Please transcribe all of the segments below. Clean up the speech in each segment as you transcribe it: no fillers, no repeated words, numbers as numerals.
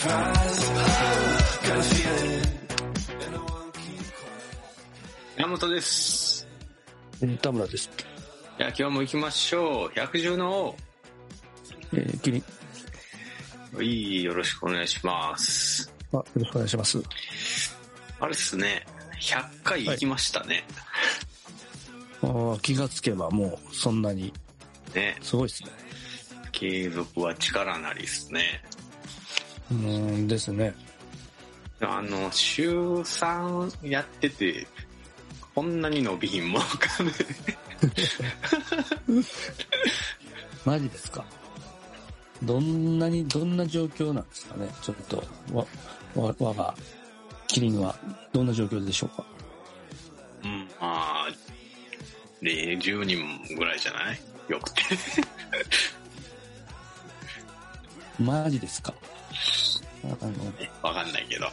山本です。 田村です。 じゃあ今日も行きましょう。百獣の王。 キリン。 よろしくお願いします。 よろしくお願いします。 あれっすね。100回行きましたね。 はい、気がつけばもうそんなに。 ね。 すごいっすね。 継続は力なりっすね。 ですね。 週3やってて、こんなに伸びひんもんかね。 マジですか。どんな状況なんですかね。ちょっと我がキリンはどんな状況でしょうか。 まあ10人ぐらいじゃない？よくて。 マジですか。 わかんないけど。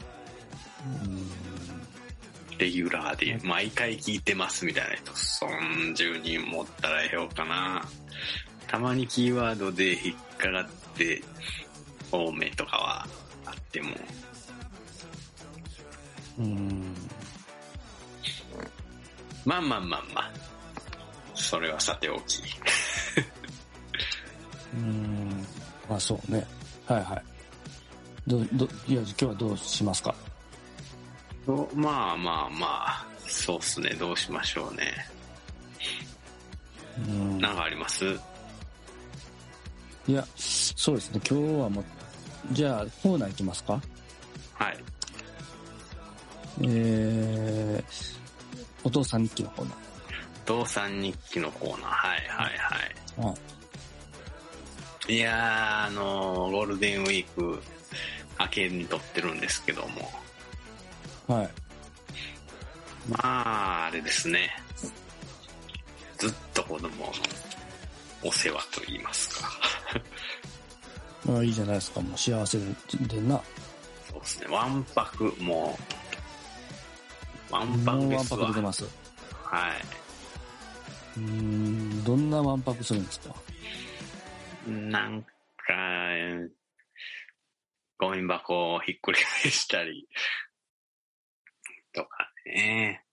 レギュラーで毎回聞いてますみたいな人、10人持ったらようかな。たまにキーワードで引っかかって多めとかはあっても、まあそれはさておき。 まあそうね。はいはい。いや今日はどうしますか。 まあそうっすね。どうしましょうね。なんかあります？ いや、そうですね。今日はもう、じゃあコーナー行きますか。 はい。 お父さん日記のコーナー。 お父さん日記のコーナー。はい。いやー、ゴールデンウィーク明けに撮ってるんですけども。 はい。 まあ、あれですね。ずっと子供のお世話と言いますか。 いいじゃないですか。もう幸せでな。 そうですね。わんぱくですわ。 わんぱく出てます。 はい。 どんなわんぱくするんですか？ なんか、ゴミ箱をひっくり返したり、とかね。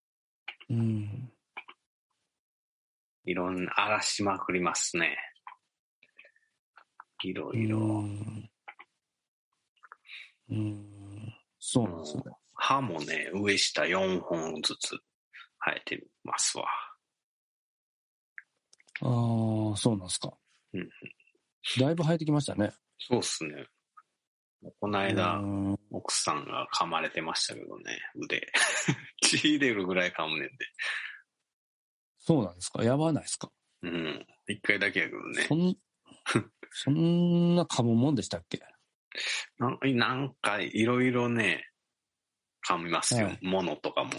いろんな、荒らしまくりますね。いろいろ。 そうなんですね。 歯もね、上下4本ずつ生えてますわ。 そうなんですか。だいぶ生えてきましたね。 そうっすね。この間、奥さんが噛まれてましたけどね、腕。血出るぐらい噛むねんで。 そうなんですか。やばないですか。 一回だけやけどね。 そんな噛むもんでしたっけ？ なんかいろいろね、噛みますよ。物とかも。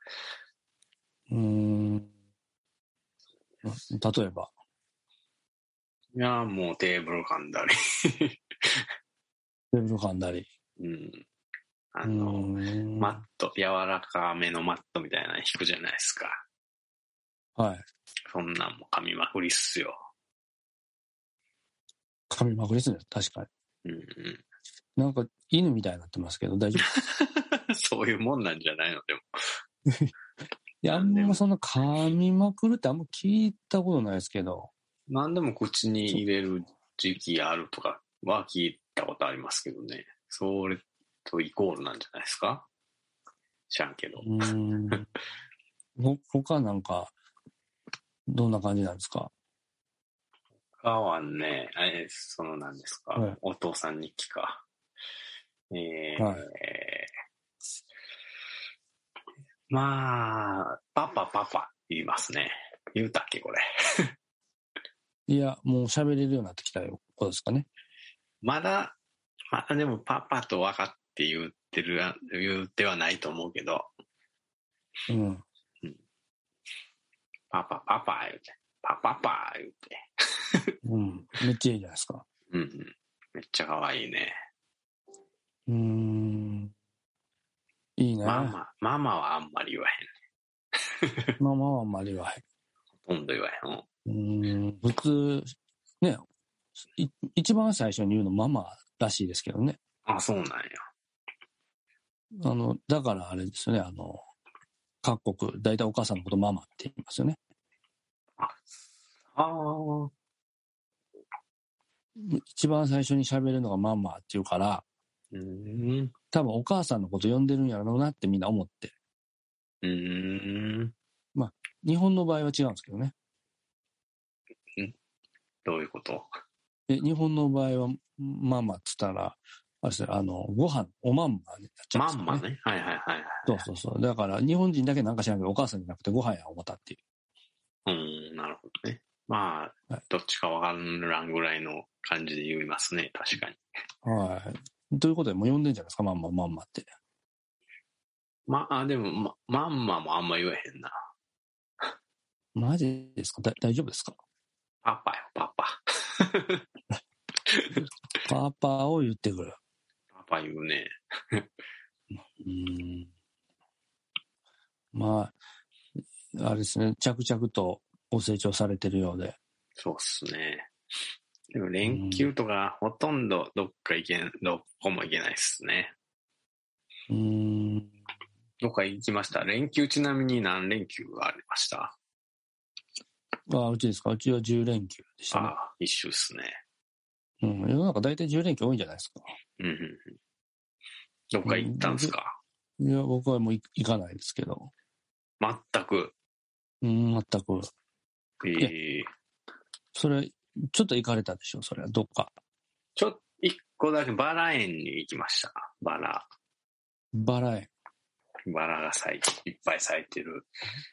例えば。 いや、もうテーブル噛んだり。 テーブル噛んだり。 マット、柔らかめのマットみたいなの引くじゃないですか。 はい。 そんなんも噛みまくりっすよ。 噛みまくりですね、確かに。なんか犬みたいになってますけど、大丈夫？そういうもんなんじゃないの？でも。 いや、あんまそんな噛みまくるってあんま聞いたことないですけど。 何でも口に入れる時期あるとかは聞いたことありますけどね。それとイコールなんじゃないですか？知らんけど。 他なんか、どんな感じなんですか？ 他はね、何ですか、はい、お父さん日記か。まあ、パパ言いますね。言うたっけ、これ。 いや、もう喋れるようになってきたよ、ことですかね。 まだでもパパと分かって言ってはないと思うけど。パパ言うて。パ言うて。めっちゃいいじゃないですか。 めっちゃ可愛いね。 いいね。 ママはあんまり言わへん。ママはあんまり言わへん。 ほとんど言わへん。 普通、ね、一番最初に言うのママらしいですけどね。 あ、そうなんや。 だからあれですよね、各国、大体お母さんのことママって言いますよね。 ああ。 一番最初に喋るのがママって言うから、多分お母さんのこと呼んでるんやろうなってみんな思って。まあ、日本の場合は違うんですけどね。 どういうこと？ 日本の場合は、ママって言ったら、あれですね、ご飯、おまんまになっちゃうんですよね。 まんまね。はいはいはいはい。 そうそうそう。だから、日本人だけなんか知らんけど、お母さんじゃなくてご飯や思ったっていう。 なるほどね。まあ、はい、どっちかわからんぐらいの感じで言いますね、確かに。 はい。ということで、もう呼んでんじゃないですか、まんまって。 でも、まんまもあんま言えへんな。 マジですか？大丈夫ですか？ パパよ、パパ。 パパを言ってくる。 パパ言うね。 まあ、あれですね、着々とご成長されてるようで。 そうっすね。でも連休とかほとんどどこも行けないっすね。どっか行きました？連休ちなみに何連休ありました？ うちですか？うちは10連休でしたね。 一周っすね。 世の中大体10連休多いんじゃないですか。 どっか行ったんすか？ いや、僕はもう行かないですけど。 全く。 全く。それ、ちょっと行かれたでしょ、それは、どっか。 一個だけバラ園に行きました。バラ園。バラがいっぱい咲いてる。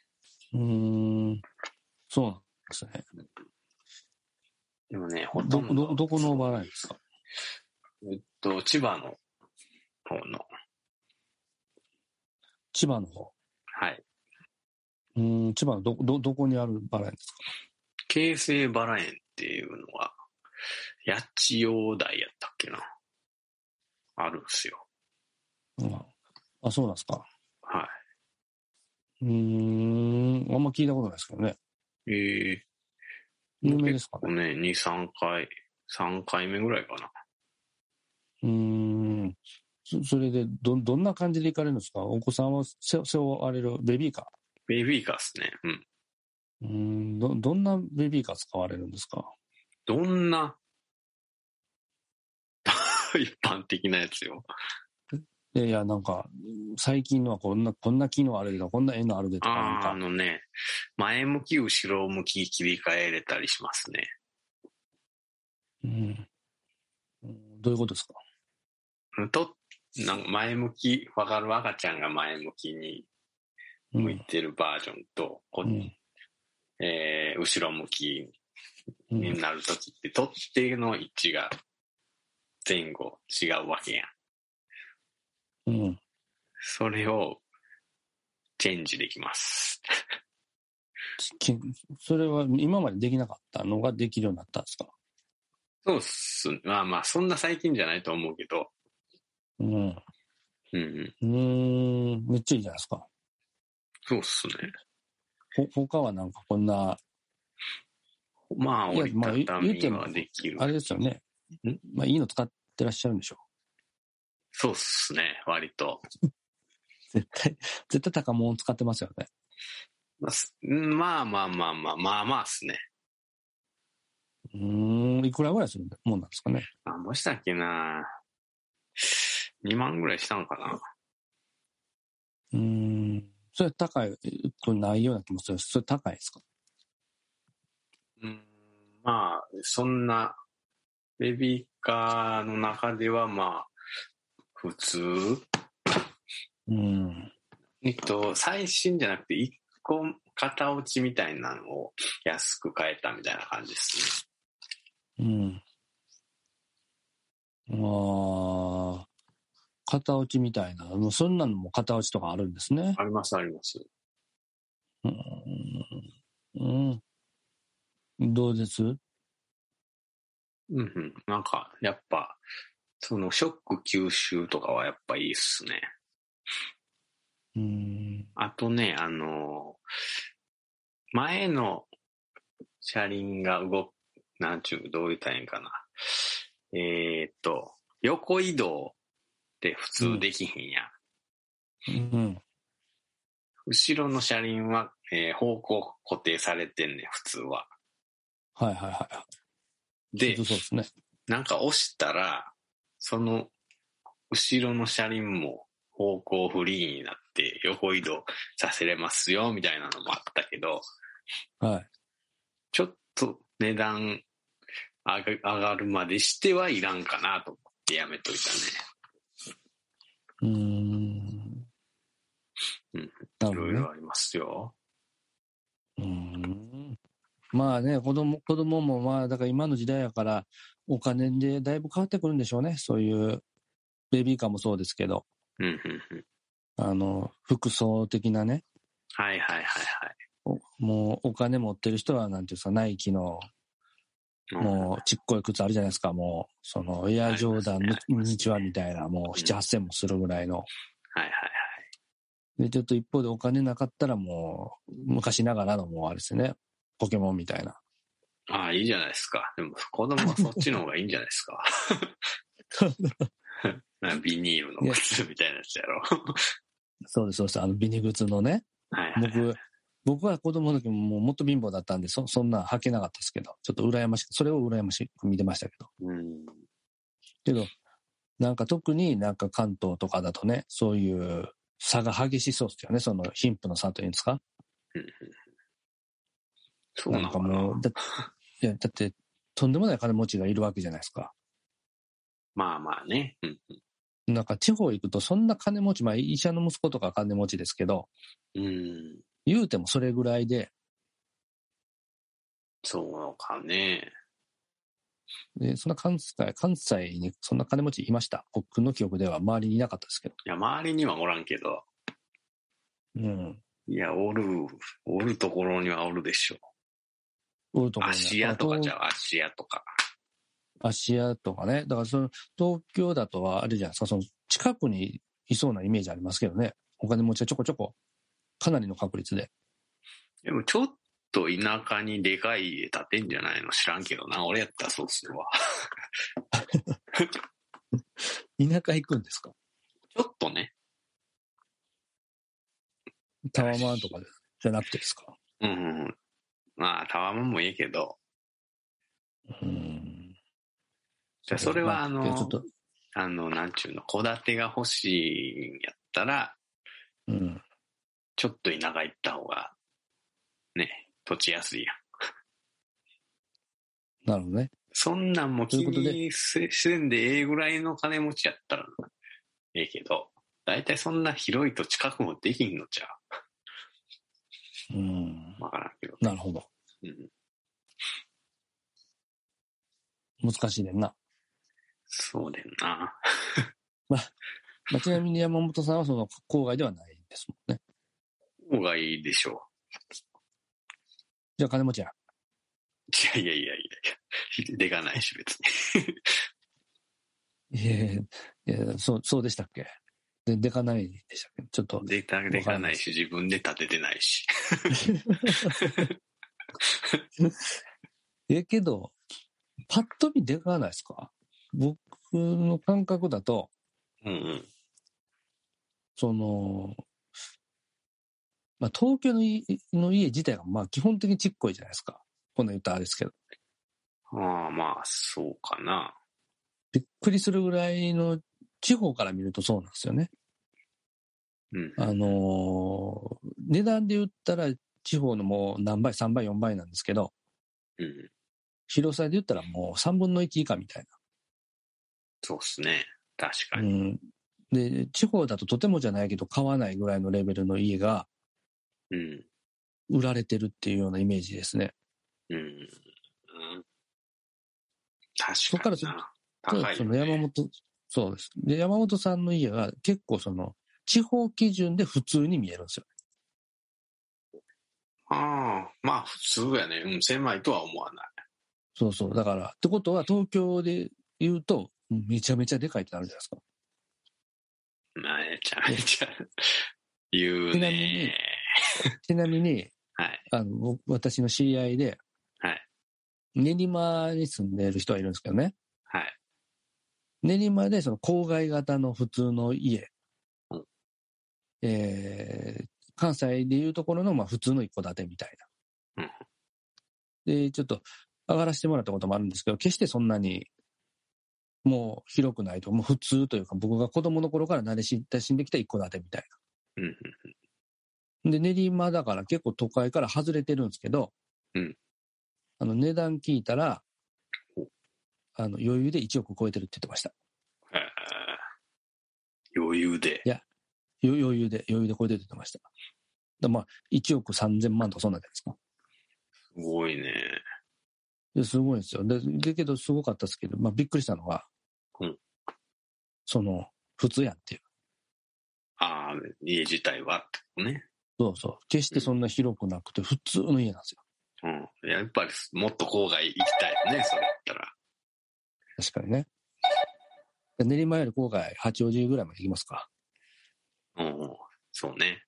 そうなんですね。 でもね、ほとんど。 どこのバラ園ですか？ 千葉の方の。 千葉の方。 はい。 千葉のどこにあるバラ園ですか？ 京成バラ園っていうのは、八千代台やったっけな。あるんすよ。 そうなんですか。 はい。 あんま聞いたことないですけどね。有名ですかね。 2、3回目ぐらいかな。 それで、どんな感じで行かれるんですか？お子さんは背負われるベビーカー？ ベビーカーっすね。 どんなベビーカー使われるんですか？ どんな一般的なやつよ。 いや、なんか、最近のはこんな機能あるけど、こんな絵のあるでとかなんか。 前向き、後ろ向き切り替えれたりしますね。 どういうことですか？ なんか前向き、わかる？赤ちゃんが前向きに向いてるバージョンと、後ろ向きになるときって、取っ手の位置が前後違うわけやん。それをチェンジできます。 それは今までできなかったのができるようになったんですか？ そうっす。まあ、そんな最近じゃないと思うけど。 めっちゃいいじゃないですか。 そうっすね。 他はなんかこんな。 折りたたみはできる。 あれですよね。いいの使ってらっしゃるんでしょ？ そうっすね、割と。 絶対高物使ってますよね。 まあっすね。 いくらぐらいするもんなんですかね。 何ぼしたっけな。2万ぐらいしたんかな。 それ高いとないような気もする。それ高いですか？ そんな、ベビーカーの中では普通。最新じゃなくて1個型落ちみたいなのを安く買えたみたいな感じですね。 型落ちみたいな。そんなのも型落ちとかあるんですね。 あります、あります。 どうです？ なんか、やっぱ、そのショック吸収とかはやっぱいいっすね。あとね、前の車輪がどう言ったらいいんかな。横移動て普通できひんやん。 うん。 後ろの車輪は、方向固定されてんねん、普通は。 はいはいはい。 で、 そうですね。 なんか押したら、その後ろの車輪も方向フリーになって横移動させれますよ、みたいなのもあったけど、 はい。 ちょっと値段上がるまでしてはいらんかなと思ってやめといたね。うん。いろいろありますよ。 まあね、子供もまあ、だから今の時代やから、お金でだいぶ変わってくるんでしょうね。そういうベビーカーもそうですけど。服装的なね。 はいはいはいはい。 もうお金持ってる人は、なんていうんですか、ナイキの、もうちっこい靴あるじゃないですか。もう、その、エアジョーダンのミニチュアみたいな、もう7、8千もするぐらいの。 はいはいはい。 で、ちょっと一方でお金なかったらもう、昔ながらのもうあれですね。ポケモンみたいな。 ああ、いいじゃないですか。でも子供はそっちの方がいいんじゃないですか。ビニールの靴みたいなやつやろ。 そうです、そうです。ビニ靴のね。 はいはいはい、 僕は子供の時もっと貧乏だったんで、そんな履けなかったですけど、ちょっと羨ましく、それを羨ましく見てましたけど。けど、なんか特になんか関東とかだとね、そういう差が激しそうですよね、その貧富の差というんですか。 そうなのかな。 もうだって、とんでもない金持ちがいるわけじゃないですか。 まあまあね。 なんか地方行くとそんな金持ち、まあ医者の息子とか金持ちですけど、言うてもそれぐらいで。 そうかね。 で、そんな関西にそんな金持ちいました。僕の記憶では周りにいなかったですけど。 いや、周りにはおらんけど。いや、おるところにはおるでしょう。芦屋とかじゃあ、芦屋とか。 芦屋とかね。だからその、東京だとあれじゃないですか、その近くにいそうなイメージありますけどね。お金持ちはちょこちょこ、かなりの確率で。 でもちょっと田舎にでかい家建てんじゃないの知らんけどな。俺やったらそうするわ。 田舎行くんですか？ ちょっとね。 タワマンとかじゃなくてですか？ まあ、タワマンもいいけど。じゃあそれはなんちゅうの、戸建てが欲しいんやったら、ちょっと田舎行った方が、ね、土地安いやん。なるほどね。 そんなんも気にせんでええぐらいの金持ちやったらええけど、だいたいそんな広い土地確保できんのちゃう。わからんけど。 なるほど。難しいねんな。 そうでんな。 まあ、ちなみに山本さんはその郊外ではないですもんね。 郊外でしょう。 じゃあ金持ちや。 いや。でかないし別に。いや、そうでしたっけ？でかないでしたっけ？ちょっと。 でかないし、自分で建ててないし。 けど、パッと見でかないですか？僕の感覚だと、その、まあ、東京の家自体がまあ基本的にちっこいじゃないですか。こんな言ったらあれですけど。 まあ、そうかな。 びっくりするぐらいの地方から見るとそうなんですよね。値段で言ったら地方のもう何倍、3倍、4倍なんですけど、広さで言ったらもう3分の1以下みたいな。 そうっすね。確かに。 で、地方だととてもじゃないけど買わないぐらいのレベルの家が、売られてるっていうようなイメージですね。 確かにな。高いよね。 そうです。で、山本さんの家が結構その、地方基準で普通に見えるんですよ。 まあ普通やね。狭いとは思わない。 そう。だから、ってことは東京で言うと、めちゃめちゃでかいってなるじゃないですか。 めちゃめちゃ言うね。 ちなみに、 はい。 私の知り合いで、 はい。 練馬に住んでる人はいるんですけどね。 はい。 練馬でその郊外型の普通の家、 うん、 関西でいうところのまあ普通の一戸建てみたいな。 うん、 で、ちょっと上がらせてもらったこともあるんですけど、決してそんなにもう広くないと、もう普通というか、僕が子供の頃から慣れ親しんできた一戸建てみたいな。で、練馬だから結構都会から外れてるんですけど、 うん、 値段聞いたら、余裕で1億超えてるって言ってました。 余裕で。 いや、余裕で超えてるって言ってました。まあ、1億3000万とかそんなんじゃないですか。 すごいね。 すごいんですよ。だけどすごかったですけど、まあびっくりしたのが、 うん、 普通やんっていう。 ああ、家自体はってことね。 そうそう。決してそんな広くなくて、普通の家なんですよ。 うん。やっぱりもっと郊外行きたいよね、それだったら。 確かにね。練馬より郊外、八王子ぐらいまで行きますか。 うん、そうね。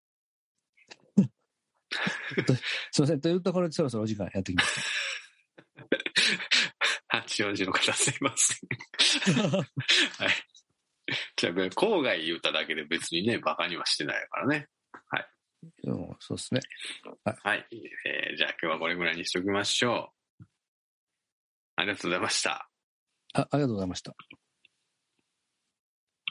すいません。というところでそろそろお時間やってきました。 八王子の方すいません。はい。じゃあ、郊外言っただけで別にね、バカにはしてないからね。はい。 そうですね。 はい。はい。じゃあ今日はこれぐらいにしておきましょう。ありがとうございました。 ありがとうございました。